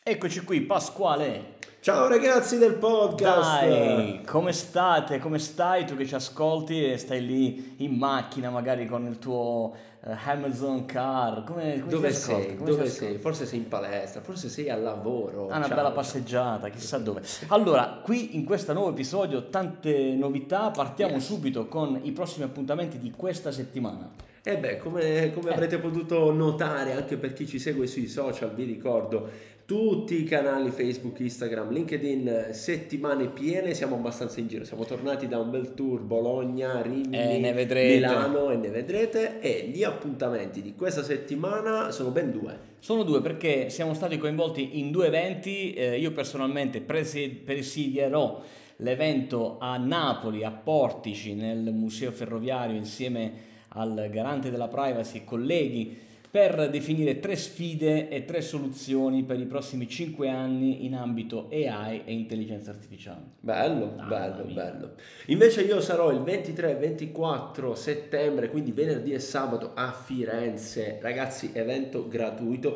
Eccoci qui, Pasquale. Ciao ragazzi del podcast! Dai, come state? Come stai tu che ci ascolti e stai lì in macchina, magari con il tuo Amazon Car? Come ti Dove ascolti? sei? Come ti Dove sei? ascolti? Forse sei in palestra, forse sei al Ah, lavoro. una bella Ciao, ciao. passeggiata, chissà dove. Allora, qui in questo nuovo episodio, tante novità. Partiamo Yes. subito con i prossimi appuntamenti di questa settimana. E beh, come Eh, avrete potuto notare anche per chi ci segue sui social, vi ricordo tutti i canali Facebook, Instagram, LinkedIn, settimane piene, siamo abbastanza in giro, siamo tornati da un bel tour, Bologna, ne Rimini, vedrete. Milano e ne vedrete e gli appuntamenti di questa settimana sono ben due. Sono due perché siamo stati coinvolti in due eventi. Io personalmente presidierò l'evento a Napoli, a Portici, nel Museo Ferroviario, insieme al garante della privacy e colleghi, per definire tre sfide e tre soluzioni per i prossimi 5 anni in ambito AI e intelligenza artificiale. Bello, Mamma bello, mia. bello. Invece io sarò il 23 e 24 settembre, quindi venerdì e sabato a Firenze. Ragazzi, evento gratuito,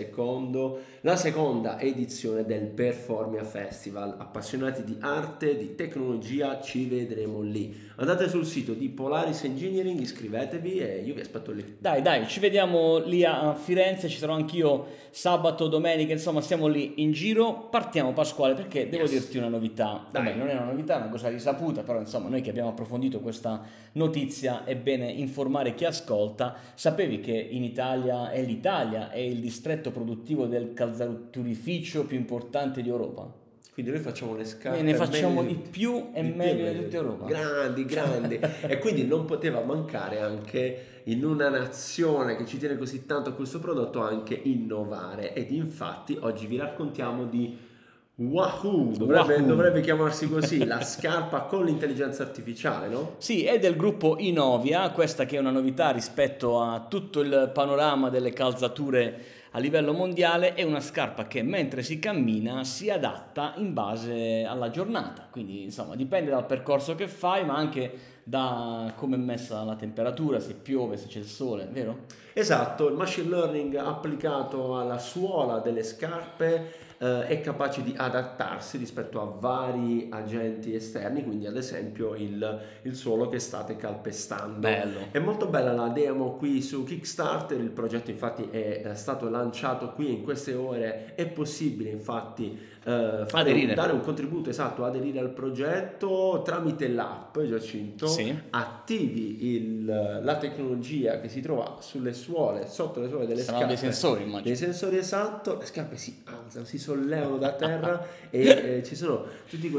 la seconda edizione del Performia Festival. Appassionati di arte, di tecnologia, ci vedremo lì. Andate sul sito di Polaris Engineering, iscrivetevi e io vi aspetto lì. Dai, dai, ci vediamo lì a Firenze, ci sarò anch'io sabato, domenica, insomma, stiamo lì in giro. Partiamo, Pasquale, perché devo Yes. dirti una novità. Vabbè, Dai. non è una novità, è una cosa risaputa, però insomma, noi che abbiamo approfondito questa notizia è bene informare chi ascolta. Sapevi che in Italia l'Italia è il distretto produttivo del calzaturificio più importante di Europa? Quindi noi facciamo le Noi ne scarpe meglio facciamo di di tutti. più e Di più e meglio di meglio di tutta tutti. Europa. Grandi, grandi. E quindi non poteva mancare anche in una nazione che ci tiene così tanto a questo prodotto anche innovare. Ed infatti oggi vi raccontiamo di Wahoo. Wahoo! Dovrebbe chiamarsi così, la scarpa con l'intelligenza artificiale, no? Sì, è del gruppo Inovia, questa che è una novità rispetto a tutto il panorama delle calzature a livello mondiale, è una scarpa che mentre si cammina si adatta in base alla giornata, quindi insomma dipende dal percorso che fai, ma anche da come è messa la temperatura, se piove, se c'è il sole, vero? Esatto, il machine learning applicato alla suola delle scarpe è capace di adattarsi rispetto a vari agenti esterni, quindi ad esempio il suolo che state calpestando. Bello. È molto bella la demo qui su Kickstarter, il progetto infatti è stato lanciato qui in queste ore, è possibile infatti Aderire. dare un contributo esatto, aderire al progetto tramite l'app, Giacinto, Sì. attivi la tecnologia che si trova sulle suole, sotto le suole Ci delle saranno dei scarpe, sensori, dei immagino. sensori esatto, le scarpe si alzano, si sollevano da terra e ci sono tutti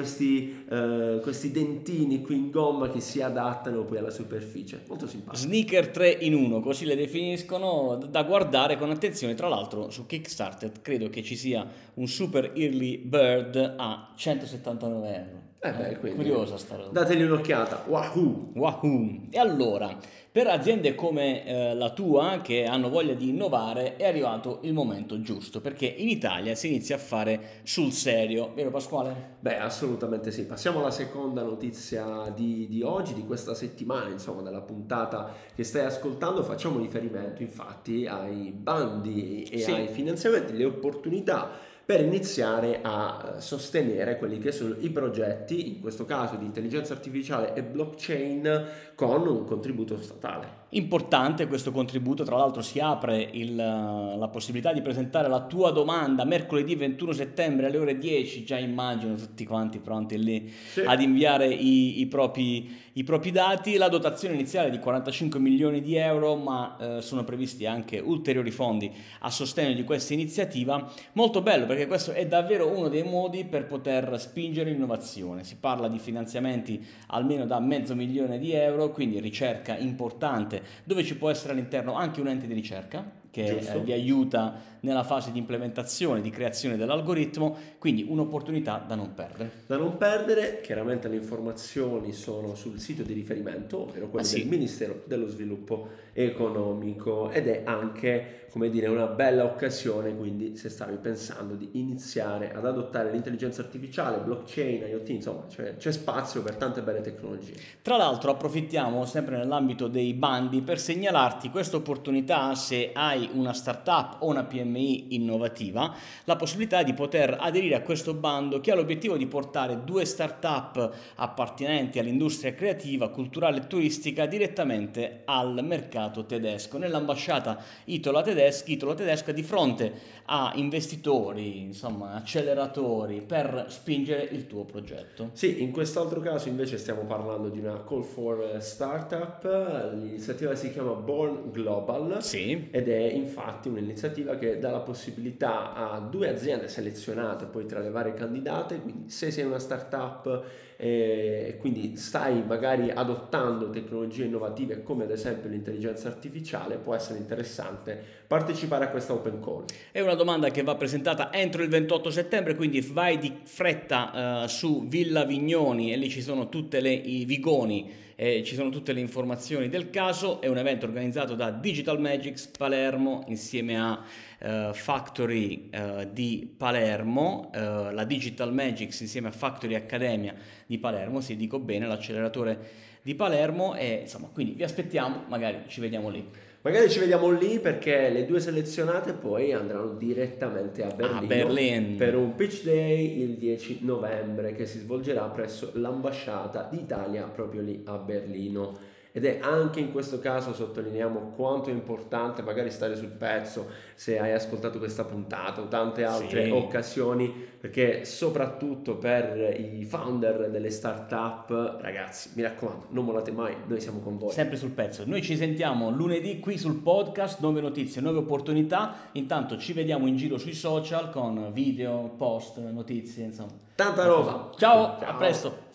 questi dentini qui in gomma che si adattano poi alla superficie, molto simpatico. Sneaker 3 in 1, così le definiscono, da guardare con attenzione. Tra l'altro su Kickstarter credo che ci sia un super early bird a 179 euro. E beh, quindi Curiosa sta roba. dategli un'occhiata. Wahoo! Wahoo! E allora, per aziende come la tua, che hanno voglia di innovare, è arrivato il momento giusto, perché in Italia si inizia a fare sul serio, vero Pasquale? Beh, assolutamente sì. Passiamo alla seconda notizia di oggi, di questa settimana, insomma, della puntata che stai ascoltando. Facciamo riferimento infatti ai bandi e ai Sì. finanziamenti, le opportunità per iniziare a sostenere quelli che sono i progetti, in questo caso di intelligenza artificiale e blockchain, con un contributo statale. Importante questo contributo, tra l'altro si apre la possibilità di presentare la tua domanda mercoledì 21 settembre alle ore 10, già immagino tutti quanti pronti lì Sì. ad inviare i propri dati. La dotazione iniziale è di 45 milioni di euro, ma sono previsti anche ulteriori fondi a sostegno di questa iniziativa. Molto bello perché questo è davvero uno dei modi per poter spingere l'innovazione. Si parla di finanziamenti almeno da mezzo milione di euro, quindi ricerca importante dove ci può essere all'interno anche un ente di ricerca che vi Giusto? aiuta nella fase di implementazione, di creazione dell'algoritmo, quindi un'opportunità da non perdere. Da non perdere, chiaramente le informazioni sono sul sito di riferimento, ovvero Ah quello del sì, Ministero dello Sviluppo Economico ed è anche, come dire, una bella occasione, quindi se stavi pensando di iniziare ad adottare l'intelligenza artificiale, blockchain, IoT, insomma, c'è spazio per tante belle tecnologie. tra l'altro approfittiamo sempre nell'ambito dei bandi per segnalarti questa opportunità se hai hai una startup o una PMI innovativa, la possibilità di poter aderire a questo bando che ha l'obiettivo di portare 2 startup appartenenti all'industria creativa, culturale e turistica direttamente al mercato tedesco, nell'ambasciata italo-tedesca, di fronte a investitori, insomma acceleratori, per spingere il tuo progetto. Sì, in quest'altro caso invece stiamo parlando di una Call for Startup, l'iniziativa si chiama Born Global, Sì. ed è infatti un'iniziativa che dà la possibilità a 2 aziende selezionate poi tra le varie candidate, quindi se sei una startup e quindi stai magari adottando tecnologie innovative come ad esempio l'intelligenza artificiale, può essere interessante partecipare a questa open call. È una domanda che va presentata entro il 28 settembre, quindi vai di fretta su Villa Vignoni e lì ci sono i Vigoni, ci sono tutte le informazioni del caso. È un evento organizzato da Digital Magics Palermo insieme a Factory di Palermo, la Digital Magics insieme a Factory Accademia di Palermo, se dico bene, l'acceleratore di Palermo, e insomma quindi vi aspettiamo, magari ci vediamo lì. Magari ci vediamo lì, perché le 2 selezionate poi andranno direttamente a Berlino per un pitch day il 10 novembre che si svolgerà presso l'ambasciata d'Italia proprio lì a Berlino. Ed è anche in questo caso, sottolineiamo quanto è importante magari stare sul pezzo se hai ascoltato questa puntata o tante altre occasioni, perché soprattutto per i founder delle startup, ragazzi, mi raccomando, non mollate mai, noi siamo con voi. Sempre sul pezzo. Noi ci sentiamo lunedì qui sul podcast, nuove notizie, nuove opportunità. Intanto ci vediamo in giro sui social con video, post, notizie, insomma. Tanta roba. Ciao, a presto.